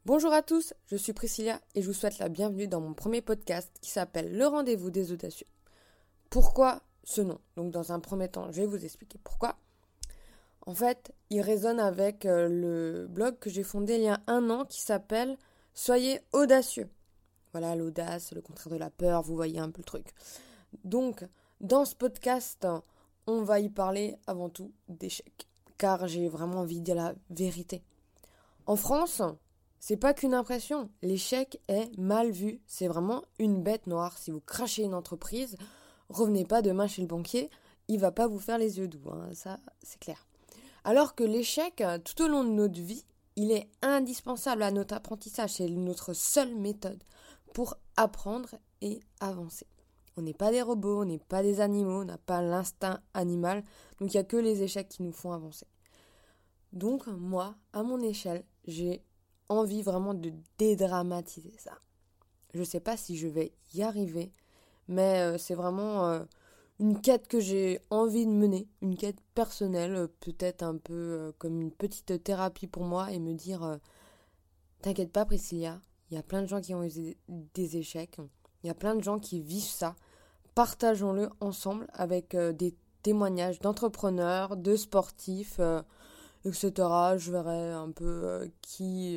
Bonjour à tous, je suis Priscilla et je vous souhaite la bienvenue dans mon premier podcast qui s'appelle Le Rendez-vous des Audacieux. Pourquoi ce nom? Donc dans un premier temps, je vais vous expliquer pourquoi. En fait, il résonne avec le blog que j'ai fondé il y a 1 an qui s'appelle Soyez audacieux. Voilà, l'audace, le contraire de la peur, vous voyez un peu le truc. Donc, dans ce podcast, on va y parler avant tout d'échecs, car j'ai vraiment envie de dire la vérité. En France, c'est pas qu'une impression, l'échec est mal vu, c'est vraiment une bête noire. Si vous crachez une entreprise, revenez pas demain chez le banquier, il va pas vous faire les yeux doux, ça c'est clair. Alors que l'échec, tout au long de notre vie, il est indispensable à notre apprentissage, c'est notre seule méthode pour apprendre et avancer. On n'est pas des robots, on n'est pas des animaux, on n'a pas l'instinct animal, donc il n'y a que les échecs qui nous font avancer. Donc moi, à mon échelle, j'ai envie vraiment de dédramatiser ça. Je ne sais pas si je vais y arriver, mais c'est vraiment une quête que j'ai envie de mener, une quête personnelle, peut-être un peu comme une petite thérapie pour moi et me dire t'inquiète pas Priscilla, il y a plein de gens qui ont eu des échecs, il y a plein de gens qui vivent ça, partageons-le ensemble avec des témoignages d'entrepreneurs, de sportifs, etc. Je verrai un peu avec qui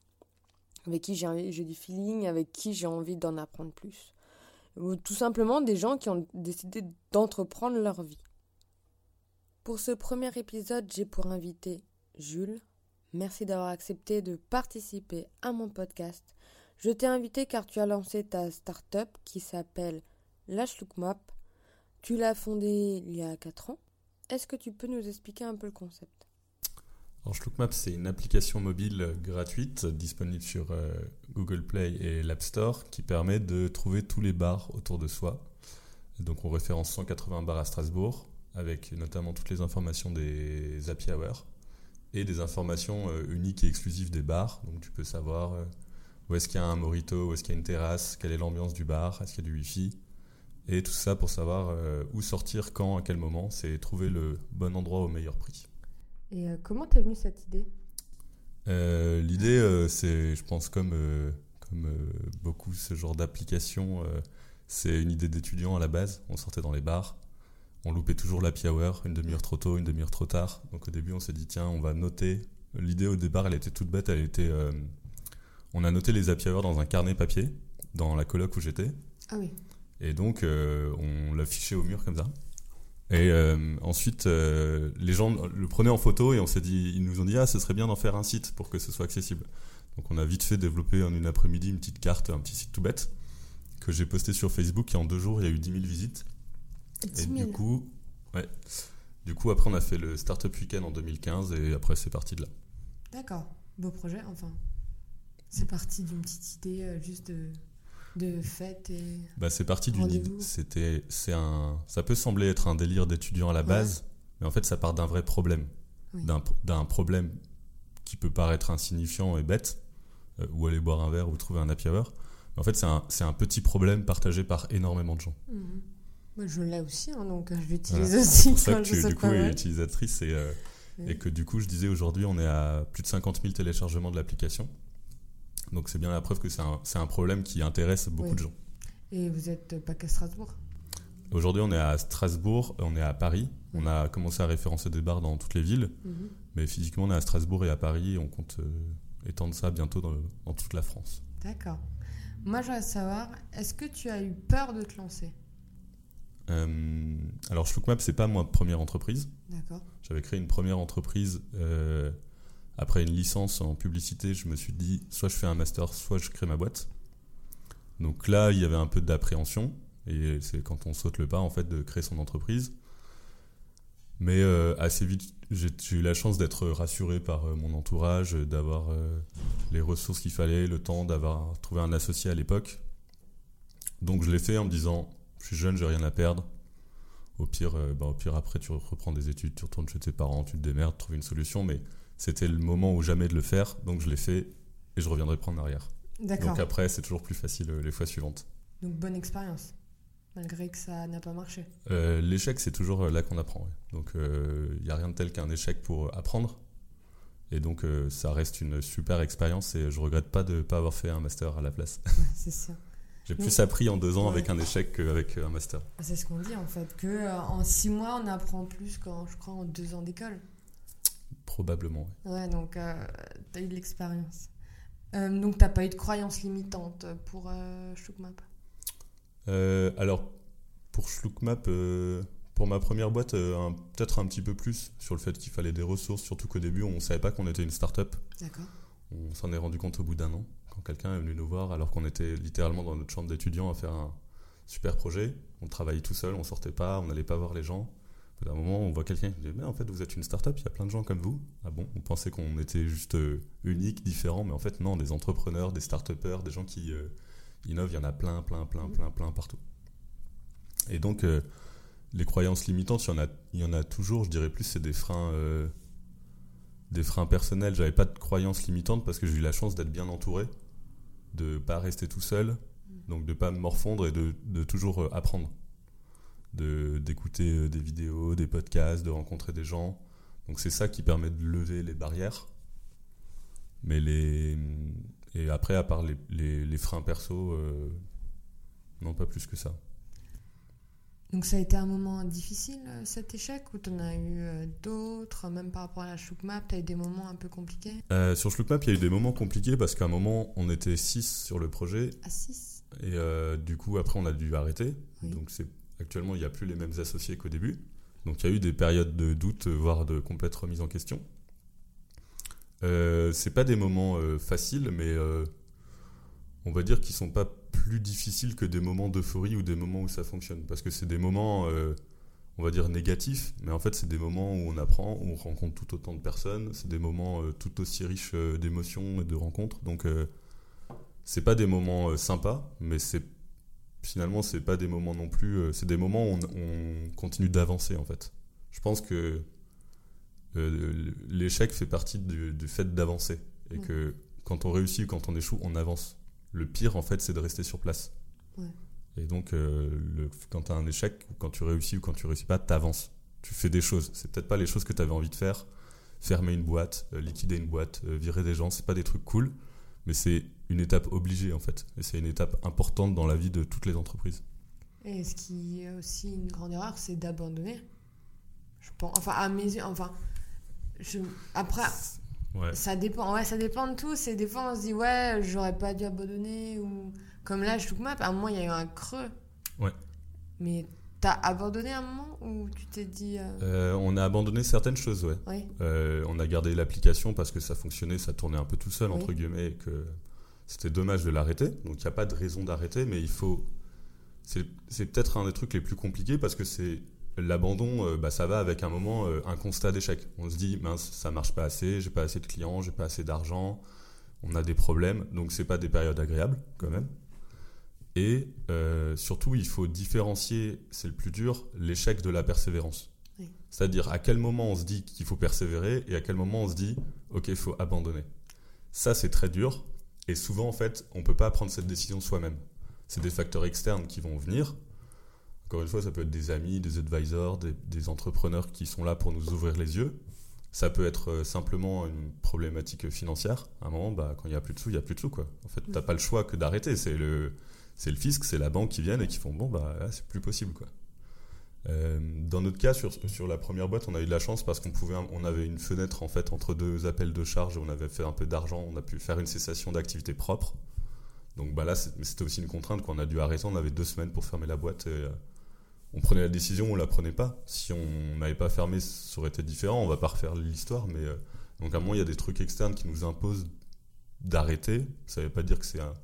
j'ai du feeling, avec qui j'ai envie d'en apprendre plus. Ou tout simplement des gens qui ont décidé d'entreprendre leur vie. Pour ce premier épisode, j'ai pour invité Jules. Merci d'avoir accepté de participer à mon podcast. Je t'ai invité car tu as lancé ta start-up qui s'appelle La Schloukmap. Tu l'as fondée il y a 4 ans. Est-ce que tu peux nous expliquer un peu le concept ? Alors, Schloukmap, c'est une application mobile gratuite disponible sur Google Play et l'App Store qui permet de trouver tous les bars autour de soi. Donc, on référence 180 bars à Strasbourg avec notamment toutes les informations des happy hours et des informations uniques et exclusives des bars. Donc, tu peux savoir où est-ce qu'il y a un mojito, où est-ce qu'il y a une terrasse, quelle est l'ambiance du bar, est-ce qu'il y a du wifi. Et tout ça pour savoir où sortir, quand, à quel moment. C'est trouver le bon endroit au meilleur prix. Et comment t'es venue cette idée ? L'idée, c'est, je pense, comme beaucoup ce genre d'application, c'est une idée d'étudiant à la base. On sortait dans les bars, on loupait toujours l'happy hour, une demi-heure trop tôt, une demi-heure trop tard. Donc au début, on s'est dit, tiens, on va noter. L'idée au départ, elle était toute bête. On a noté les happy hours dans un carnet papier, dans la coloc où j'étais. Ah oui. Et donc, on l'affichait au mur comme ça. Et ensuite, les gens le prenaient en photo et ils nous ont dit ce serait bien d'en faire un site pour que ce soit accessible. Donc on a vite fait développer en une après-midi une petite carte, un petit site tout bête que j'ai posté sur Facebook et en 2 jours il y a eu 10 000 visites. 10 000. Et du coup après on a fait le Startup Weekend en 2015 et après c'est parti de là. D'accord, beau projet enfin. C'est parti d'une petite idée juste de fête et c'est parti d'une idée. Ça peut sembler être un délire d'étudiant à la base, mais en fait ça part d'un vrai problème, d'un problème qui peut paraître insignifiant et bête, ou aller boire un verre ou trouver un happy hour. Mais en fait c'est un petit problème partagé par énormément de gens. Mmh. Moi je l'ai aussi, donc je l'utilise aussi. C'est pour ça quand que tu du coup es utilisatrice et que du coup je disais aujourd'hui on est à plus de 50 000 téléchargements de l'application. Donc c'est bien la preuve que c'est un problème qui intéresse beaucoup de gens. Et vous n'êtes pas qu'à Strasbourg ? Aujourd'hui on est à Strasbourg, on est à Paris. On a commencé à référencer des bars dans toutes les villes. Mais physiquement on est à Strasbourg et à Paris et on compte étendre ça bientôt dans toute la France. D'accord. Moi je voudrais savoir, est-ce que tu as eu peur de te lancer ? Alors Schloukmap c'est pas ma première entreprise. D'accord. J'avais créé une première entreprise après une licence en publicité, je me suis dit soit je fais un master, soit je crée ma boîte. Donc là, il y avait un peu d'appréhension et c'est quand on saute le pas en fait de créer son entreprise. Mais assez vite, j'ai eu la chance d'être rassuré par mon entourage, d'avoir les ressources qu'il fallait, le temps d'avoir trouvé un associé à l'époque. Donc je l'ai fait en me disant je suis jeune, j'ai rien à perdre. Au pire après tu reprends des études, tu retournes chez tes parents, tu te démerdes, trouves une solution, mais c'était le moment ou jamais de le faire, donc je l'ai fait et je reviendrai pas en arrière. D'accord. Donc après, c'est toujours plus facile les fois suivantes. Donc bonne expérience, malgré que ça n'a pas marché. L'échec, c'est toujours là qu'on apprend. Ouais. Donc il n'y a rien de tel qu'un échec pour apprendre. Et donc, ça reste une super expérience et je regrette pas de ne pas avoir fait un master à la place. Ouais, c'est sûr. J'ai plus appris en 2 ans Ouais. avec un échec qu'avec un master. C'est ce qu'on dit en fait, que en 6 mois on apprend plus qu'en, je crois, en 2 ans d'école. Probablement. Ouais, donc t'as eu de l'expérience. Donc t'as pas eu de croyances limitantes pour Shlookmap. Alors, pour Shlookmap, pour ma première boîte, peut-être un petit peu plus sur le fait qu'il fallait des ressources, surtout qu'au début, on ne savait pas qu'on était une start-up. D'accord. On s'en est rendu compte au bout d'1 an, quand quelqu'un est venu nous voir, alors qu'on était littéralement dans notre chambre d'étudiants à faire un super projet. On travaillait tout seul, on sortait pas, on n'allait pas voir les gens. Au bout d'un moment, on voit quelqu'un qui dit « Mais en fait, vous êtes une start-up, il y a plein de gens comme vous. » Ah bon, on pensait qu'on était juste unique, différent, mais en fait, non, des entrepreneurs, des start-upers, des gens qui innovent, il y en a plein partout. Et donc, les croyances limitantes, il y en a toujours, je dirais plus, c'est des freins personnels. J'avais pas de croyances limitantes parce que j'ai eu la chance d'être bien entouré, de pas rester tout seul, donc de pas me morfondre et de toujours apprendre, d'écouter des vidéos, des podcasts, de rencontrer des gens. Donc c'est ça qui permet de lever les barrières. Mais et après, à part les freins perso, non, pas plus que ça. Donc ça a été un moment difficile, cet échec, ou t'en as eu d'autres, même par rapport à la Shlookmap, t'as eu des moments un peu compliqués? Sur Shlookmap, il y a eu des moments compliqués parce qu'à un moment, on était 6 sur le projet. À 6. Et du coup, après, on a dû arrêter. Oui. Donc actuellement, il n'y a plus les mêmes associés qu'au début. Donc il y a eu des périodes de doute, voire de complète remise en question. C'est pas des moments faciles, mais on va dire qu'ils sont pas plus difficiles que des moments d'euphorie ou des moments où ça fonctionne. Parce que c'est des moments, on va dire, négatifs, mais en fait, c'est des moments où on apprend, où on rencontre tout autant de personnes. C'est des moments tout aussi riches d'émotions et de rencontres. Donc, c'est pas des moments sympas, mais finalement, c'est pas des moments non plus... c'est des moments où on continue d'avancer, en fait. Je pense que l'échec fait partie du fait d'avancer. Et que quand on réussit ou quand on échoue, on avance. Le pire, en fait, c'est de rester sur place. Ouais. Et donc, quand tu as un échec, ou quand tu réussis ou quand tu réussis pas, tu avances. Tu fais des choses. C'est peut-être pas les choses que tu avais envie de faire. Fermer une boîte, liquider une boîte, virer des gens, c'est pas des trucs cool, mais c'est une étape obligée, en fait. Et c'est une étape importante dans la vie de toutes les entreprises. Et ce qui est aussi une grande erreur, c'est d'abandonner. Je pense, enfin, à mes yeux, après... Ouais. Ça dépend de tout. C'est des fois on se dit ouais, j'aurais pas dû abandonner, ou comme là Shlookmap, à un moment il y a eu un creux. Ouais. Mais t'as abandonné à un moment ou tu t'es dit on a abandonné certaines choses, ouais. Oui. On a gardé l'application parce que ça fonctionnait, ça tournait un peu tout seul, entre guillemets, et que c'était dommage de l'arrêter. Donc il n'y a pas de raison d'arrêter, mais il faut... C'est peut-être un des trucs les plus compliqués parce que c'est... L'abandon, ça va avec un moment, un constat d'échec. On se dit, mince, ça marche pas assez, j'ai pas assez de clients, j'ai pas assez d'argent, on a des problèmes, donc c'est pas des périodes agréables quand même. Et surtout, il faut différencier, c'est le plus dur, l'échec de la persévérance. Oui. C'est-à-dire à quel moment on se dit qu'il faut persévérer et à quel moment on se dit, ok, il faut abandonner. Ça, c'est très dur et souvent, en fait, on peut pas prendre cette décision soi-même. C'est des facteurs externes qui vont venir. Encore une fois, ça peut être des amis, des advisors, des entrepreneurs qui sont là pour nous ouvrir les yeux. Ça peut être simplement une problématique financière. À un moment, quand il n'y a plus de sous, il n'y a plus de sous, quoi. En fait, tu n'as pas le choix que d'arrêter. C'est le fisc, c'est la banque qui viennent et qui font là, c'est plus possible, quoi. Dans notre cas, sur la première boîte, on a eu de la chance parce on avait une fenêtre en fait entre 2 appels de charge. On avait fait un peu d'argent, on a pu faire une cessation d'activité propre. Donc là, c'était aussi une contrainte qu'on a dû arrêter. On avait 2 semaines pour fermer la boîte. Et, on prenait la décision, on la prenait pas. Si on n'avait pas fermé, ça aurait été différent. On va pas refaire l'histoire, mais donc à un moment il y a des trucs externes qui nous imposent d'arrêter. Ça veut pas dire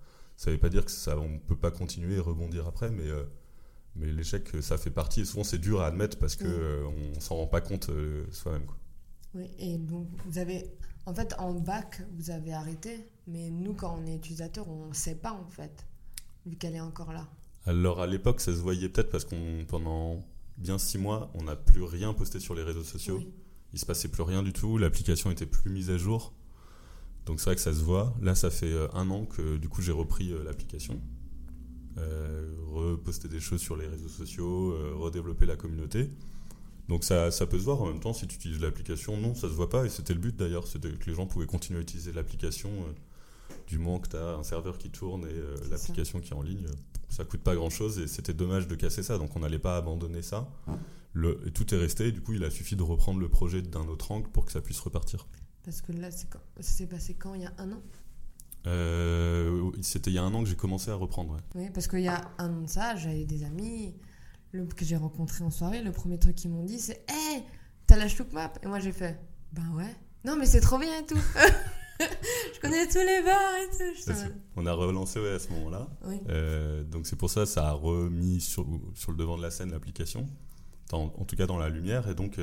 que ça, on peut pas continuer et rebondir après, mais l'échec, ça fait partie. Et souvent c'est dur à admettre parce que on s'en rend pas compte soi-même, quoi. Oui, et donc vous avez, en fait, en bac, vous avez arrêté, mais nous, quand on est utilisateur, on sait pas en fait, vu qu'elle est encore là. Alors à l'époque, ça se voyait peut-être parce pendant bien 6 mois, on n'a plus rien posté sur les réseaux sociaux. Oui. Il se passait plus rien du tout, l'application était plus mise à jour. Donc c'est vrai que ça se voit. Là, ça fait 1 an que du coup j'ai repris l'application, reposter des choses sur les réseaux sociaux, redévelopper la communauté. Donc ça peut se voir en même temps si tu utilises l'application. Non, ça se voit pas, et c'était le but d'ailleurs, c'était que les gens pouvaient continuer à utiliser l'application du moment que tu as un serveur qui tourne et l'application qui est en ligne. Ça coûte pas grand chose et c'était dommage de casser ça, donc on n'allait pas abandonner ça. Et tout est resté, et du coup il a suffi de reprendre le projet d'un autre angle pour que ça puisse repartir. Parce que là, ça s'est passé quand? Il y a 1 an? C'était il y a 1 an que j'ai commencé à reprendre. Ouais. Oui, parce qu'il y a 1 an de ça, j'avais des amis que j'ai rencontrés en soirée. Le premier truc qu'ils m'ont dit, c'est hey, t'as la Shloukmap? Et moi j'ai fait ben ouais. Non, mais c'est trop bien et tout. Je connais tous les bars et tout. On a relancé à ce moment-là. Oui. Donc c'est pour ça ça a remis sur le devant de la scène l'application, en tout cas dans la lumière. Et donc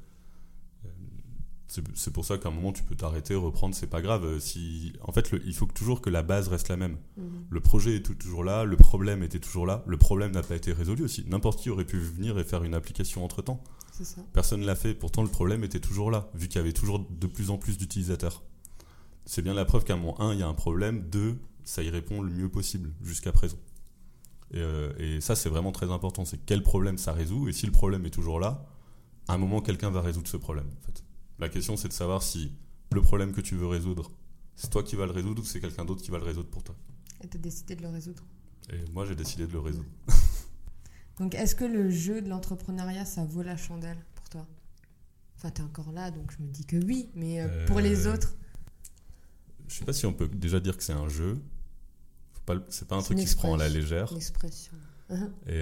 c'est pour ça qu'à un moment tu peux t'arrêter, reprendre, c'est pas grave. En fait, il faut toujours que la base reste la même. Le projet est toujours là, le problème était toujours là, le problème n'a pas été résolu aussi. N'importe qui aurait pu venir et faire une application entre-temps. C'est ça. Personne ne l'a fait, pourtant le problème était toujours là, vu qu'il y avait toujours de plus en plus d'utilisateurs. C'est bien la preuve qu'à moment 1, il y a un problème, 2, ça y répond le mieux possible jusqu'à présent. Et ça, c'est vraiment très important, c'est quel problème ça résout, et si le problème est toujours là, à un moment, quelqu'un va résoudre ce problème, en fait. La question, c'est de savoir si le problème que tu veux résoudre, c'est toi qui vas le résoudre ou c'est quelqu'un d'autre qui va le résoudre pour toi. Et tu as décidé de le résoudre. Et moi, j'ai décidé de le résoudre. Donc, est-ce que le jeu de l'entrepreneuriat, ça vaut la chandelle pour toi? Enfin, t'es encore là, donc je me dis que oui, mais pour les autres... Je sais pas si on peut déjà dire que c'est un jeu. C'est pas un truc qui se prend à la légère. Une expression. Et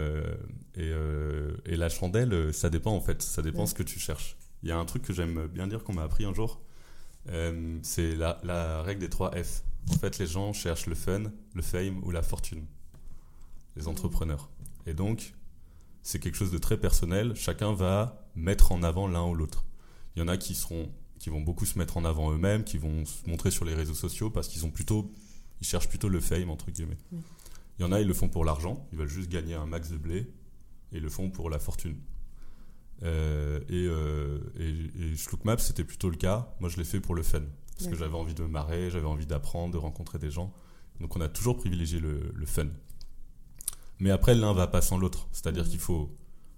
la chandelle, ça dépend en fait. Ça dépend ce que tu cherches. Il y a un truc que j'aime bien dire qu'on m'a appris un jour. C'est la règle des 3 F. En fait, les gens cherchent le fun, le fame ou la fortune. Les entrepreneurs. Et donc, c'est quelque chose de très personnel. Chacun va mettre en avant l'un ou l'autre. Il y en a qui vont beaucoup se mettre en avant eux-mêmes, qui vont se montrer sur les réseaux sociaux parce qu'ils cherchent plutôt le fame, entre guillemets. Il y en a, ils le font pour l'argent. Ils veulent juste gagner un max de blé. Et ils le font pour la fortune. Et Shloukmap, c'était plutôt le cas. Moi, je l'ai fait pour le fun. Parce que j'avais envie de me marrer, j'avais envie d'apprendre, de rencontrer des gens. Donc, on a toujours privilégié le fun. Mais après, l'un va pas sans l'autre. C'est-à-dire qu'il faut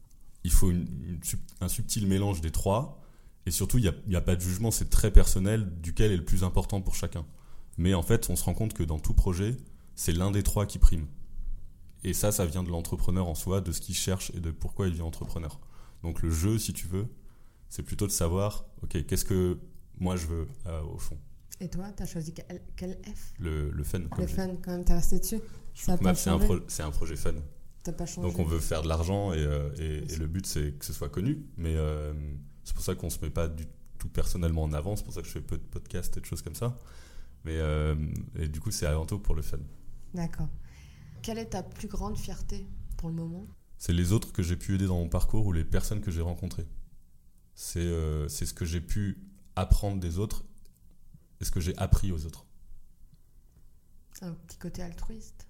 un subtil mélange des 3. Et surtout, il n'y a pas de jugement. C'est très personnel duquel est le plus important pour chacun. Mais en fait, on se rend compte que dans tout projet, c'est l'un des 3 qui prime. Et ça vient de l'entrepreneur en soi, de ce qu'il cherche et de pourquoi il devient entrepreneur. Donc le jeu, si tu veux, c'est plutôt de savoir, ok, qu'est-ce que moi je veux au fond. Et toi, t'as choisi quel F? Le fun. Le fun, quand même, t'es resté dessus. C'est un projet fun. T'as pas changé. Donc on veut faire de l'argent et le but c'est que ce soit connu. Mais c'est pour ça qu'on se met pas du tout personnellement en avant. C'est pour ça que je fais peu de podcasts et de choses comme ça. Mais et du coup, c'est avant tout pour le fun. D'accord. Quelle est ta plus grande fierté pour le moment? C'est les autres que j'ai pu aider dans mon parcours ou les personnes que j'ai rencontrées. C'est ce que j'ai pu apprendre des autres et ce que j'ai appris aux autres. Un petit côté altruiste?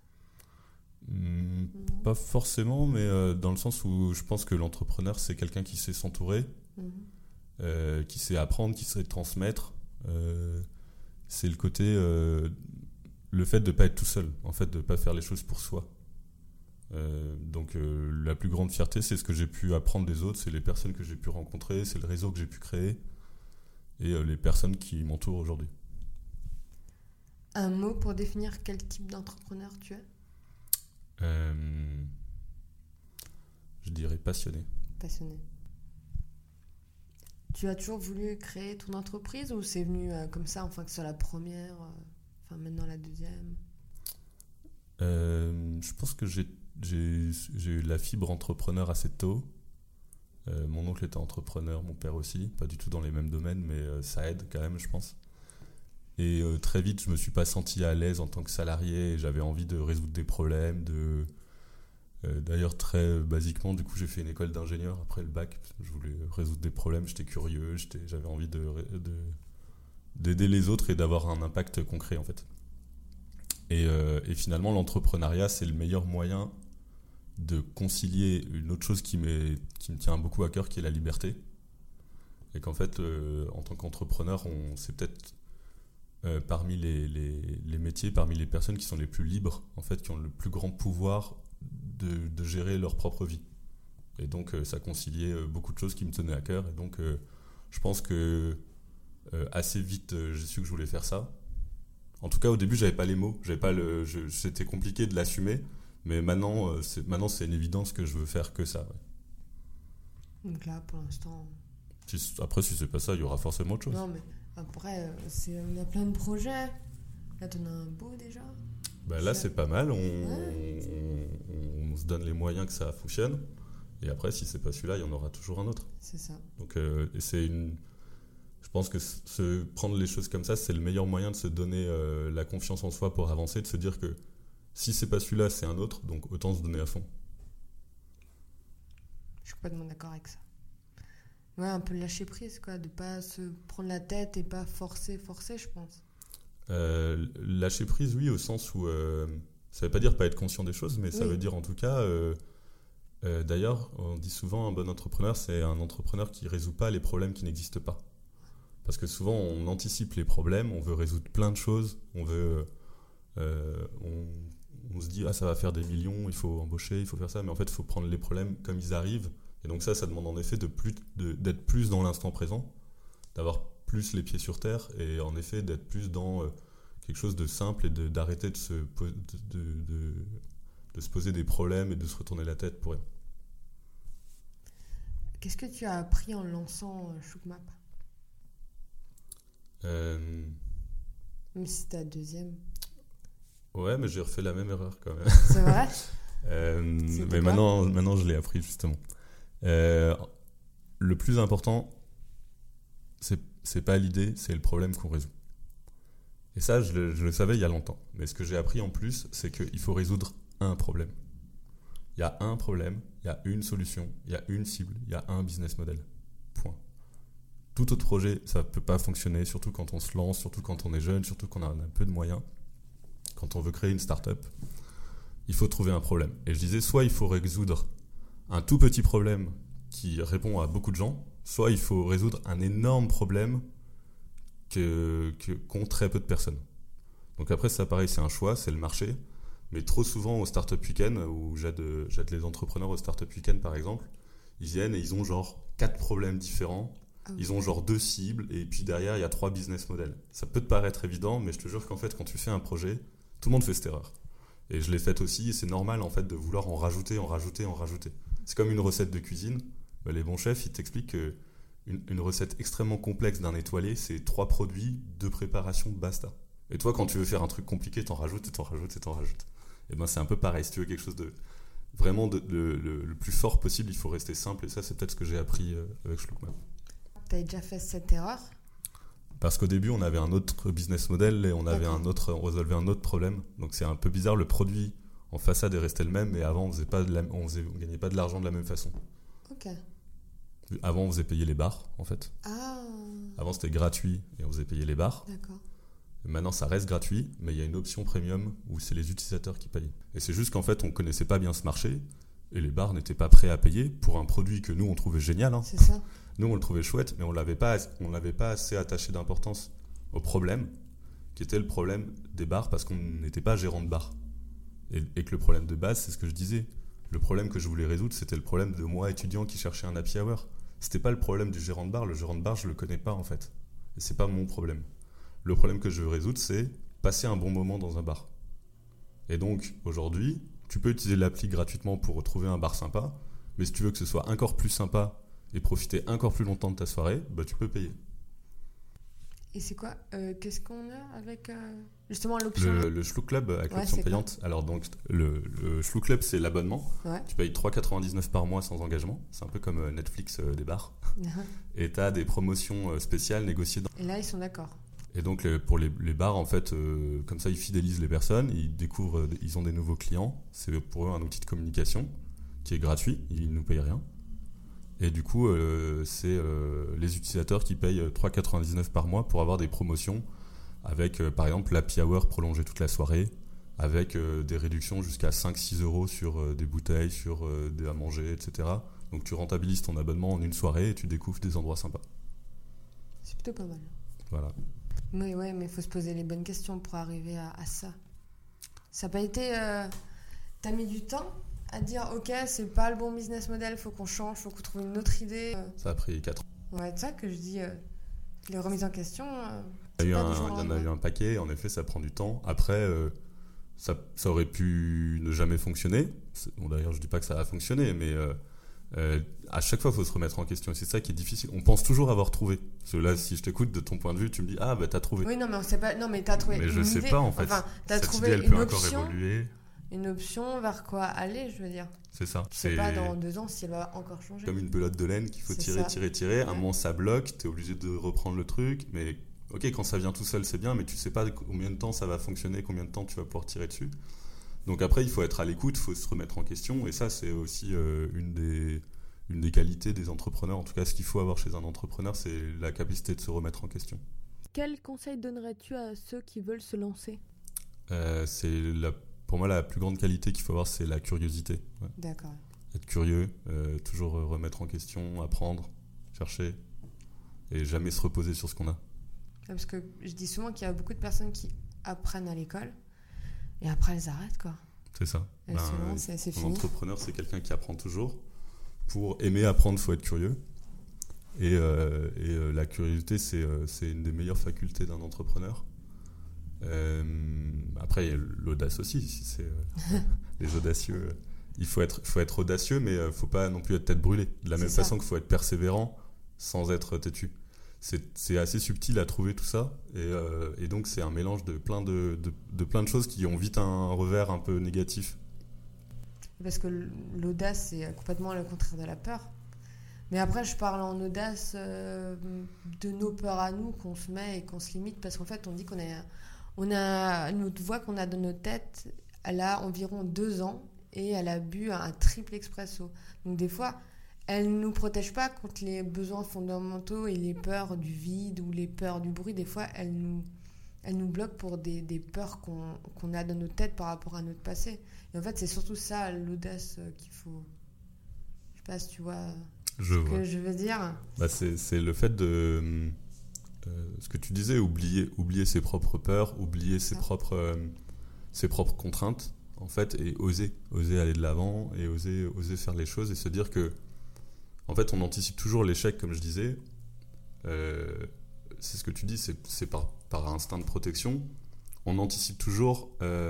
Pas forcément, mais dans le sens où je pense que l'entrepreneur, c'est quelqu'un qui sait s'entourer, qui sait apprendre, qui sait transmettre. C'est le côté... le fait de ne pas être tout seul, en fait, de ne pas faire les choses pour soi. Donc la plus grande fierté, c'est ce que j'ai pu apprendre des autres, c'est les personnes que j'ai pu rencontrer, c'est le réseau que j'ai pu créer et les personnes qui m'entourent aujourd'hui. Un mot pour définir quel type d'entrepreneur tu es? Je dirais passionné. Passionné. Tu as toujours voulu créer ton entreprise ou c'est venu comme ça, enfin que ce soit la première, enfin maintenant la deuxième? Je pense que j'ai eu la fibre entrepreneur assez tôt. Mon oncle était entrepreneur, mon père aussi, pas du tout dans les mêmes domaines, mais ça aide quand même, je pense. Et très vite, je me suis pas senti à l'aise en tant que salarié. Et j'avais envie de résoudre des problèmes. D'ailleurs, très basiquement, du coup, j'ai fait une école d'ingénieur après le bac. Je voulais résoudre des problèmes, j'étais curieux, j'avais envie d'aider les autres et d'avoir un impact concret, en fait. Et finalement, l'entrepreneuriat, c'est le meilleur moyen de concilier une autre chose qui me tient beaucoup à cœur, qui est la liberté. Et qu'en fait, en tant qu'entrepreneur, c'est peut-être parmi les métiers, parmi les personnes qui sont les plus libres, en fait, qui ont le plus grand pouvoir de gérer leur propre vie. Et donc, ça conciliait beaucoup de choses qui me tenaient à cœur. Et donc, je pense que assez vite, j'ai su que je voulais faire ça. En tout cas, au début, j'avais pas les mots. C'était compliqué de l'assumer. Mais maintenant, c'est une évidence que je veux faire que ça. Ouais. Donc là, pour l'instant... Après, si c'est pas ça, il y aura forcément autre chose. Non, mais après, on a plein de projets. Là, t'en as un beau déjà. Là, c'est pas mal. On se donne les moyens que ça fonctionne. Et après, si c'est pas celui-là, il y en aura toujours un autre. C'est ça. Donc, je pense que prendre les choses comme ça, c'est le meilleur moyen de se donner la confiance en soi pour avancer, de se dire que si c'est pas celui-là, c'est un autre. Donc, autant se donner à fond. Je suis complètement d'accord avec ça. Ouais, un peu lâcher prise, quoi, de pas se prendre la tête et pas forcer, je pense. Lâcher prise, oui, au sens où ça veut pas dire pas être conscient des choses, mais ça veut dire en tout cas, d'ailleurs, on dit souvent un bon entrepreneur, c'est un entrepreneur qui résout pas les problèmes qui n'existent pas. Parce que souvent, on anticipe les problèmes, on veut résoudre plein de choses, on se dit ça va faire des millions, il faut embaucher, il faut faire ça, mais en fait, il faut prendre les problèmes comme ils arrivent. Et donc ça demande en effet d'être plus dans l'instant présent, d'avoir plus les pieds sur terre et en effet d'être plus dans quelque chose de simple et d'arrêter de se poser des problèmes et de se retourner la tête pour rien. Qu'est-ce que tu as appris en lançant Choukmap ? Même si c'était la deuxième. Ouais, mais j'ai refait la même erreur quand même. C'est vrai ? Mais maintenant je l'ai appris justement. Le plus important, c'est pas l'idée, c'est le problème qu'on résout. Et ça, je le savais il y a longtemps. Mais ce que j'ai appris en plus, c'est qu'il faut résoudre un problème. Il y a un problème, il y a une solution, il y a une cible, il y a un business model. Point. Tout autre projet, ça peut pas fonctionner, surtout quand on se lance, surtout quand on est jeune, surtout quand on a un peu de moyens. Quand on veut créer une start-up, il faut trouver un problème. Et je disais, soit il faut résoudre un tout petit problème qui répond à beaucoup de gens, soit il faut résoudre un énorme problème qu'ont très peu de personnes. Donc après, ça pareil, c'est un choix, c'est le marché. Mais trop souvent au Startup Weekend, où j'aide les entrepreneurs au Startup Weekend par exemple, ils viennent et ils ont genre 4 problèmes différents, ils ont genre 2 cibles, et puis derrière il y a 3 business models. Ça peut te paraître évident, mais je te jure qu'en fait quand tu fais un projet, tout le monde fait cette erreur. Et je l'ai faite aussi, et c'est normal en fait de vouloir en rajouter. C'est comme une recette de cuisine. Les bons chefs, ils t'expliquent qu'une recette extrêmement complexe d'un étoilé, c'est 3 produits, 2 préparations, basta. Et toi, quand tu veux faire un truc compliqué, t'en rajoutes. Et ben c'est un peu pareil. Si tu veux quelque chose de vraiment le plus fort possible, il faut rester simple. Et ça, c'est peut-être ce que j'ai appris avec Choukmap. T'as déjà fait cette erreur ? Parce qu'au début, on avait un autre business model et on résolvait un autre problème. Donc c'est un peu bizarre. Le produit en façade est resté le même, mais avant, on gagnait pas de l'argent de la même façon. Ok. Avant, on faisait payer les bars, en fait. Ah. Avant, c'était gratuit et on faisait payer les bars. D'accord. Maintenant, ça reste gratuit, mais il y a une option premium où c'est les utilisateurs qui payent. Et c'est juste qu'en fait, on connaissait pas bien ce marché et les bars n'étaient pas prêts à payer pour un produit que nous, on trouvait génial. C'est ça. Nous, on le trouvait chouette, mais on l'avait pas assez attaché d'importance au problème, qui était le problème des bars, parce qu'on n'était pas gérant de bar. Et que le problème de base, c'est ce que je disais. Le problème que je voulais résoudre, c'était le problème de moi, étudiant, qui cherchait un happy hour. C'était pas le problème du gérant de bar. Le gérant de bar, je le connais pas, en fait. Et c'est pas mon problème. Le problème que je veux résoudre, c'est passer un bon moment dans un bar. Et donc, aujourd'hui, tu peux utiliser l'appli gratuitement pour trouver un bar sympa, mais si tu veux que ce soit encore plus sympa et profiter encore plus longtemps de ta soirée, bah tu peux payer. Et c'est quoi qu'est-ce qu'on a avec justement l'option Le Chouk Club avec l'option payante. Alors donc le Chouk Club, c'est l'abonnement. Ouais. Tu payes 3,99 par mois sans engagement. C'est un peu comme Netflix des bars. Et tu as des promotions spéciales négociées. Et là, ils sont d'accord. Et donc pour les bars, en fait, comme ça, ils fidélisent les personnes. Ils découvrent, ils ont des nouveaux clients. C'est pour eux un outil de communication qui est gratuit. Ils ne nous payent rien. Et du coup, c'est les utilisateurs qui payent 3,99 par mois pour avoir des promotions avec, par exemple, l'happy hour prolongé toute la soirée, avec des réductions jusqu'à 5-6 euros sur des bouteilles, sur des à manger, etc. Donc tu rentabilises ton abonnement en une soirée et tu découvres des endroits sympas. C'est plutôt pas mal. Voilà. Oui, ouais, mais il faut se poser les bonnes questions pour arriver à ça. Ça n'a pas été... T'as mis du temps à dire ok, c'est pas le bon business model, faut qu'on change, faut qu'on trouve une autre idée. Ça a pris 4 ans. Ouais, c'est ça que je dis, les remises en question. Il y en a eu un paquet, en effet, ça prend du temps. Après, ça aurait pu ne jamais fonctionner. Bon, d'ailleurs, je dis pas que ça a fonctionné, mais à chaque fois, il faut se remettre en question. Et c'est ça qui est difficile. On pense toujours avoir trouvé. Parce que là, si je t'écoute, de ton point de vue, tu me dis ah bah t'as trouvé. Oui, non, mais on sait pas. Non, mais t'as trouvé. Mais je une sais idée. pas en fait. Enfin, t'as Cette trouvé idée, elle une peut encore option. évoluer. Une option vers quoi aller, je veux dire. C'est ça. Je sais pas dans 2 ans si elle va encore changer. Comme une pelote de laine qu'il faut C'est tirer. À un Ouais. moment, ça bloque. T'es obligé de reprendre le truc. Mais ok, quand ça vient tout seul, c'est bien. Mais tu sais pas combien de temps ça va fonctionner, combien de temps tu vas pouvoir tirer dessus. Donc après, il faut être à l'écoute, il faut se remettre en question. Et ça, c'est aussi une des qualités des entrepreneurs. En tout cas, ce qu'il faut avoir chez un entrepreneur, c'est la capacité de se remettre en question. Quel conseil donnerais-tu à ceux qui veulent se lancer ? Pour moi, la plus grande qualité qu'il faut avoir, c'est la curiosité. Ouais. D'accord. Être curieux, toujours remettre en question, apprendre, chercher, et jamais se reposer sur ce qu'on a. Parce que je dis souvent qu'il y a beaucoup de personnes qui apprennent à l'école et après elles arrêtent, quoi. C'est ça. Elles se lancent et c'est Un fini. entrepreneur, c'est quelqu'un qui apprend toujours. Pour aimer apprendre, il faut être curieux. Et la curiosité, c'est une des meilleures facultés d'un entrepreneur. Après, il y a l'audace aussi. C'est les audacieux. Il faut être audacieux, mais il ne faut pas non plus être tête brûlée. De la même façon qu'il faut être persévérant sans être têtu. C'est assez subtil à trouver tout ça. Et donc, c'est un mélange de plein de choses qui ont vite un revers un peu négatif. Parce que l'audace, c'est complètement le contraire de la peur. Mais après, je parle en audace de nos peurs à nous qu'on se met et qu'on se limite. Parce qu'en fait, on dit qu'on a notre voix qu'on a dans notre tête, elle a environ 2 ans et elle a bu un triple expresso. Donc des fois, elle ne nous protège pas contre les besoins fondamentaux et les peurs du vide ou les peurs du bruit. Des fois, elle nous bloque pour des peurs qu'on a dans notre tête par rapport à notre passé. Et en fait, c'est surtout ça, l'audace qu'il faut... Je sais pas si tu vois que je veux dire. Bah, c'est le fait de... ce que tu disais, oublier ses propres peurs, oublier ses propres contraintes, en fait, et oser aller de l'avant et oser faire les choses et se dire que, en fait, on anticipe toujours l'échec, comme je disais. C'est ce que tu dis, c'est par instinct de protection. On anticipe toujours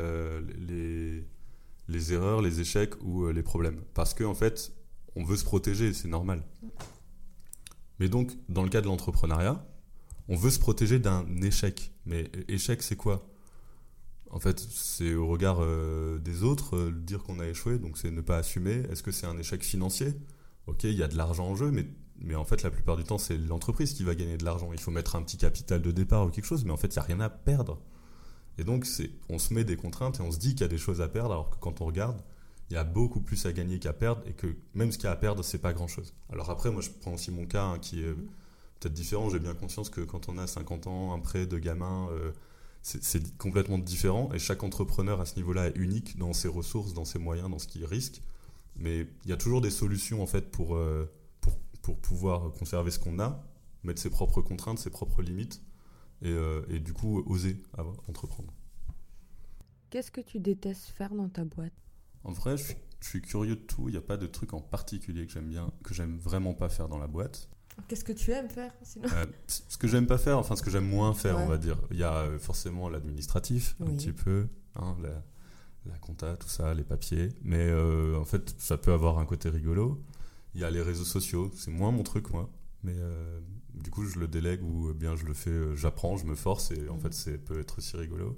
les erreurs, les échecs ou les problèmes. Parce qu'en fait, on veut se protéger, c'est normal. Mais donc, dans le cas de l'entrepreneuriat, on veut se protéger d'un échec. Mais échec, c'est quoi ? En fait, c'est au regard des autres, dire qu'on a échoué, donc c'est ne pas assumer. Est-ce que c'est un échec financier ? Ok, il y a de l'argent en jeu, mais en fait, la plupart du temps, c'est l'entreprise qui va gagner de l'argent. Il faut mettre un petit capital de départ ou quelque chose, mais en fait, il n'y a rien à perdre. Et donc, on se met des contraintes et on se dit qu'il y a des choses à perdre, alors que quand on regarde, il y a beaucoup plus à gagner qu'à perdre, et que même ce qu'il y a à perdre, c'est pas grand-chose. Alors après, moi, je prends aussi mon cas, qui est peut-être différent. J'ai bien conscience que quand on a 50 ans, un prêt de gamin, c'est complètement différent, et chaque entrepreneur à ce niveau-là est unique dans ses ressources, dans ses moyens, dans ce qu'il risque. Mais il y a toujours des solutions, en fait, pour pouvoir conserver ce qu'on a, mettre ses propres contraintes, ses propres limites, et du coup oser entreprendre. Qu'est-ce que tu détestes faire dans ta boîte ? En vrai, je suis curieux de tout. Il n'y a pas de truc en particulier que j'aime bien, que j'aime vraiment pas faire dans la boîte. Qu'est-ce que tu aimes faire sinon ? Ce que j'aime pas faire, enfin ce que j'aime moins faire, Ouais. on va dire. Il y a forcément l'administratif, un Oui. petit peu, hein, la compta, tout ça, les papiers. Mais en fait, ça peut avoir un côté rigolo. Il y a les réseaux sociaux, c'est moins mon truc, moi. Mais du coup, je le délègue ou bien je le fais, j'apprends, je me force, et en fait, ça peut être aussi rigolo.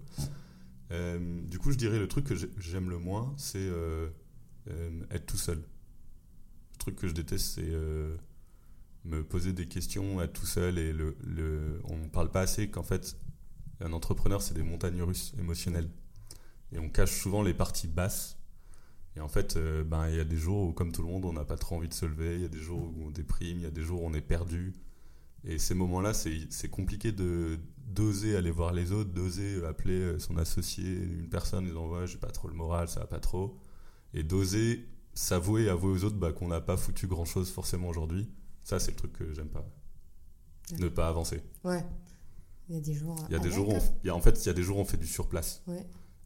Du coup, je dirais le truc que j'aime le moins, c'est être tout seul. Le truc que je déteste, c'est me poser des questions, être tout seul, et on ne parle pas assez qu'en fait, un entrepreneur, c'est des montagnes russes émotionnelles. Et on cache souvent les parties basses. Et en fait, il y a des jours où, comme tout le monde, on n'a pas trop envie de se lever. Il y a des jours où on déprime, il y a des jours où on est perdu. Et ces moments-là, c'est compliqué d'oser aller voir les autres, d'oser appeler son associé, une personne, disant ouais, j'ai pas trop le moral, ça va pas trop. Et d'oser avouer aux autres qu'on n'a pas foutu grand-chose forcément aujourd'hui. Ça, c'est le truc que j'aime pas. Ne pas avancer. Ouais. Il y a des jours. Il y a des jours où on fait du surplace. Ouais.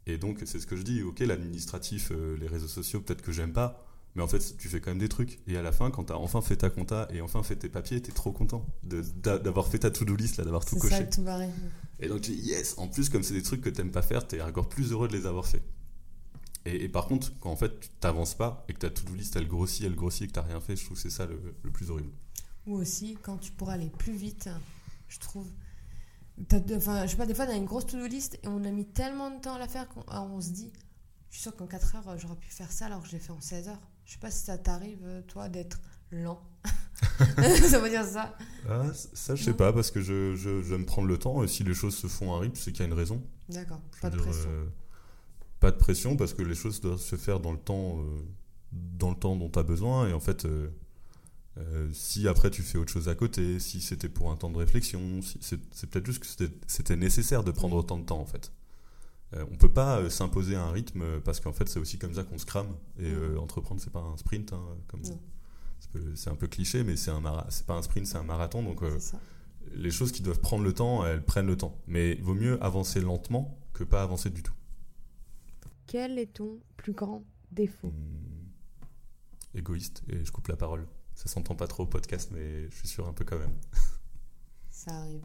Et donc, c'est ce que je dis, ok, l'administratif, les réseaux sociaux, peut-être que j'aime pas, mais en fait, tu fais quand même des trucs. Et à la fin, quand t'as enfin fait ta compta et enfin fait tes papiers, t'es trop content d'avoir fait ta to-do list, là, d'avoir tout coché. C'est ça, tout pareil. Et donc, tu dis yes. En plus, comme c'est des trucs que t'aimes pas faire, t'es encore plus heureux de les avoir fait. Et par contre, quand en fait, tu t'avances pas et que ta to-do list, elle grossit et que t'as rien fait, je trouve que c'est ça le plus horrible. Ou aussi, quand tu pourras aller plus vite, je trouve. Enfin, je sais pas, des fois, on a une grosse to-do list et on a mis tellement de temps à la faire qu'on se dit, je suis sûre qu'en 4 heures, j'aurais pu faire ça alors que je l'ai fait en 16 heures. Je sais pas si ça t'arrive, toi, d'être lent. Ça veut dire ça? Ah, ça, je sais pas, parce que j'aime prendre le temps. Et si les choses se font à rythme, c'est qu'il y a une raison. D'accord, Je pas veux de dire, pression. pas de pression, parce que les choses doivent se faire dans le temps dont tu as besoin. Et en fait, si après tu fais autre chose à côté, si c'était pour un temps de réflexion, c'est peut-être juste que c'était nécessaire de prendre autant de temps, en fait. On peut pas s'imposer un rythme, parce qu'en fait, c'est aussi comme ça qu'on se crame. Et entreprendre, c'est pas un sprint, hein, comme c'est un peu cliché, mais c'est pas un sprint, c'est un marathon. Donc, C'est ça. les choses qui doivent prendre le temps, elles prennent le temps. Mais il vaut mieux avancer lentement que pas avancer du tout. Quel est ton plus grand défaut? Égoïste, et je coupe la parole. Ça s'entend pas trop au podcast, mais je suis sûr un peu quand même. Ça arrive.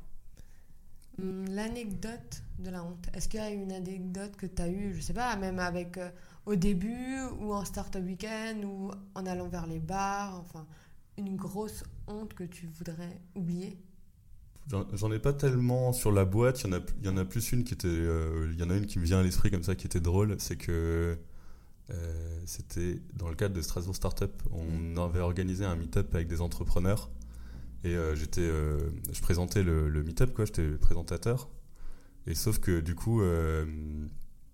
L'anecdote de la honte. Est-ce qu'il y a une anecdote que tu as eue, je sais pas, même avec au début ou en start-up week-end ou en allant vers les bars, enfin, une grosse honte que tu voudrais oublier? J'en ai pas tellement sur la boîte. Il y en a plus une qui était. Il y en a une qui me vient à l'esprit comme ça, qui était drôle. C'est que c'était dans le cadre de Strasbourg Startup. On avait organisé un meet-up avec des entrepreneurs. Et je présentais le meet-up, quoi. J'étais le présentateur. Et sauf que du coup, il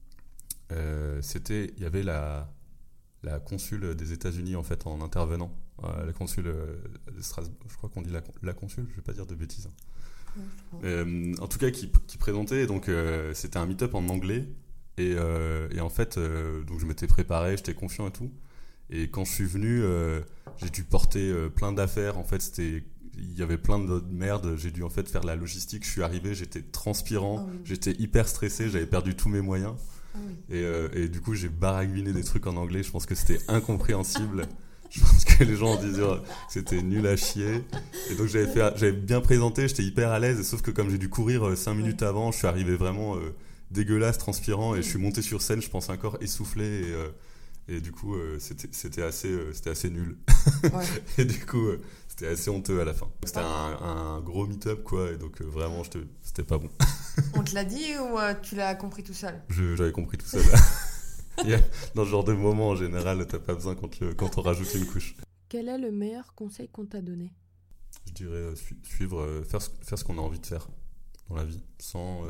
y avait la consul des États-Unis en fait en intervenant. La consul de Strasbourg. Je crois qu'on dit la consul. Je vais pas dire de bêtises. Hein. En tout cas, qui présentait. Donc, c'était un meet-up en anglais. Et en fait, donc je m'étais préparé, j'étais confiant et tout. Et quand je suis venu, j'ai dû porter plein d'affaires. En fait, il y avait plein de merde. J'ai dû en fait faire la logistique. Je suis arrivé, j'étais transpirant, j'étais hyper stressé, j'avais perdu tous mes moyens. Et du coup, j'ai baragouiné des trucs en anglais. Je pense que c'était incompréhensible. Je pense que les gens disaient que c'était nul à chier. Et donc j'avais bien présenté, j'étais hyper à l'aise. Sauf que comme j'ai dû courir 5 minutes avant, je suis arrivé vraiment dégueulasse, transpirant. Et je suis monté sur scène, je pense encore essoufflé. Et du coup, c'était assez nul. Ouais. Et du coup, c'était assez honteux à la fin. C'était un gros meet-up, quoi. Et donc vraiment, c'était pas bon. On te l'a dit ou tu l'as compris tout seul? J'avais compris tout seul. Dans ce genre de moment, en général, t'as pas besoin quand on rajoute une couche. Quel est le meilleur conseil qu'on t'a donné? Je dirais faire ce qu'on a envie de faire dans la vie, sans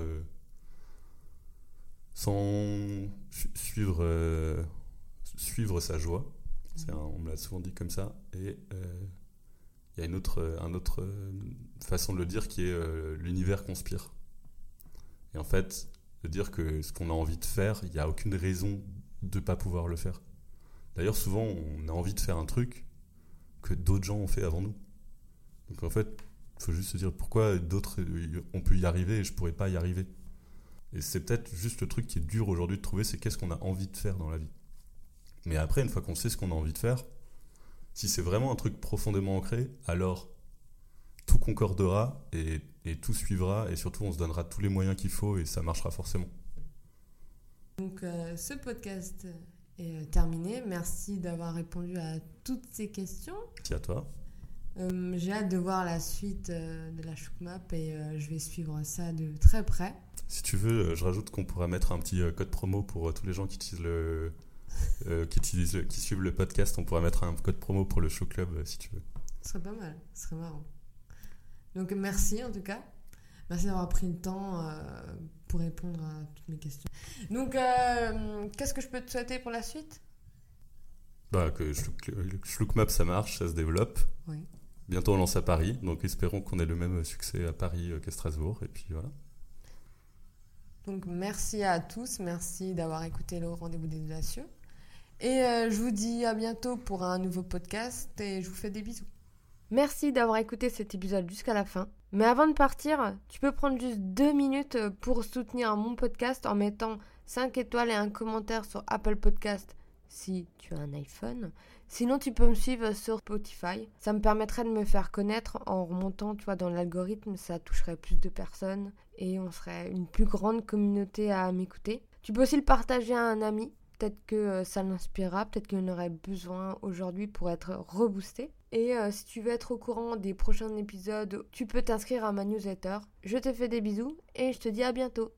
suivre sa joie. On me l'a souvent dit comme ça. Et il y a une autre façon de le dire qui est l'univers conspire. Et en fait, de dire que ce qu'on a envie de faire, il n'y a aucune raison de ne pas pouvoir le faire. D'ailleurs, souvent, on a envie de faire un truc que d'autres gens ont fait avant nous. Donc en fait, il faut juste se dire pourquoi d'autres, on peut y arriver et je ne pourrais pas y arriver. Et c'est peut-être juste le truc qui est dur aujourd'hui de trouver, c'est qu'est-ce qu'on a envie de faire dans la vie. Mais après, une fois qu'on sait ce qu'on a envie de faire, si c'est vraiment un truc profondément ancré, alors tout concordera et tout suivra, et surtout on se donnera tous les moyens qu'il faut et ça marchera forcément. Donc ce podcast est terminé. Merci d'avoir répondu à toutes ces questions. Merci à toi. J'ai hâte de voir la suite de la Choukmap et je vais suivre ça de très près. Si tu veux, je rajoute qu'on pourra mettre un petit code promo pour tous les gens qui utilisent qui suivent le podcast. On pourra mettre un code promo pour le Show Club si tu veux. Ce serait pas mal, ce serait marrant. Donc merci en tout cas. Merci d'avoir pris le temps pour répondre à toutes mes questions. Donc qu'est-ce que je peux te souhaiter pour la suite? Que Choukmap ça marche, ça se développe. Oui. Bientôt on lance à Paris, donc espérons qu'on ait le même succès à Paris qu'à Strasbourg. Et puis voilà. Donc merci à tous, merci d'avoir écouté le Rendez-vous des Audacieux. Et je vous dis à bientôt pour un nouveau podcast et je vous fais des bisous. Merci d'avoir écouté cet épisode jusqu'à la fin. Mais avant de partir, tu peux prendre juste 2 minutes pour soutenir mon podcast en mettant 5 étoiles et un commentaire sur Apple Podcast si tu as un iPhone. Sinon, tu peux me suivre sur Spotify. Ça me permettrait de me faire connaître en remontant, dans l'algorithme. Ça toucherait plus de personnes et on serait une plus grande communauté à m'écouter. Tu peux aussi le partager à un ami. Peut-être que ça l'inspirera, peut-être qu'il en aurait besoin aujourd'hui pour être reboosté. Et si tu veux être au courant des prochains épisodes, tu peux t'inscrire à ma newsletter. Je te fais des bisous et je te dis à bientôt.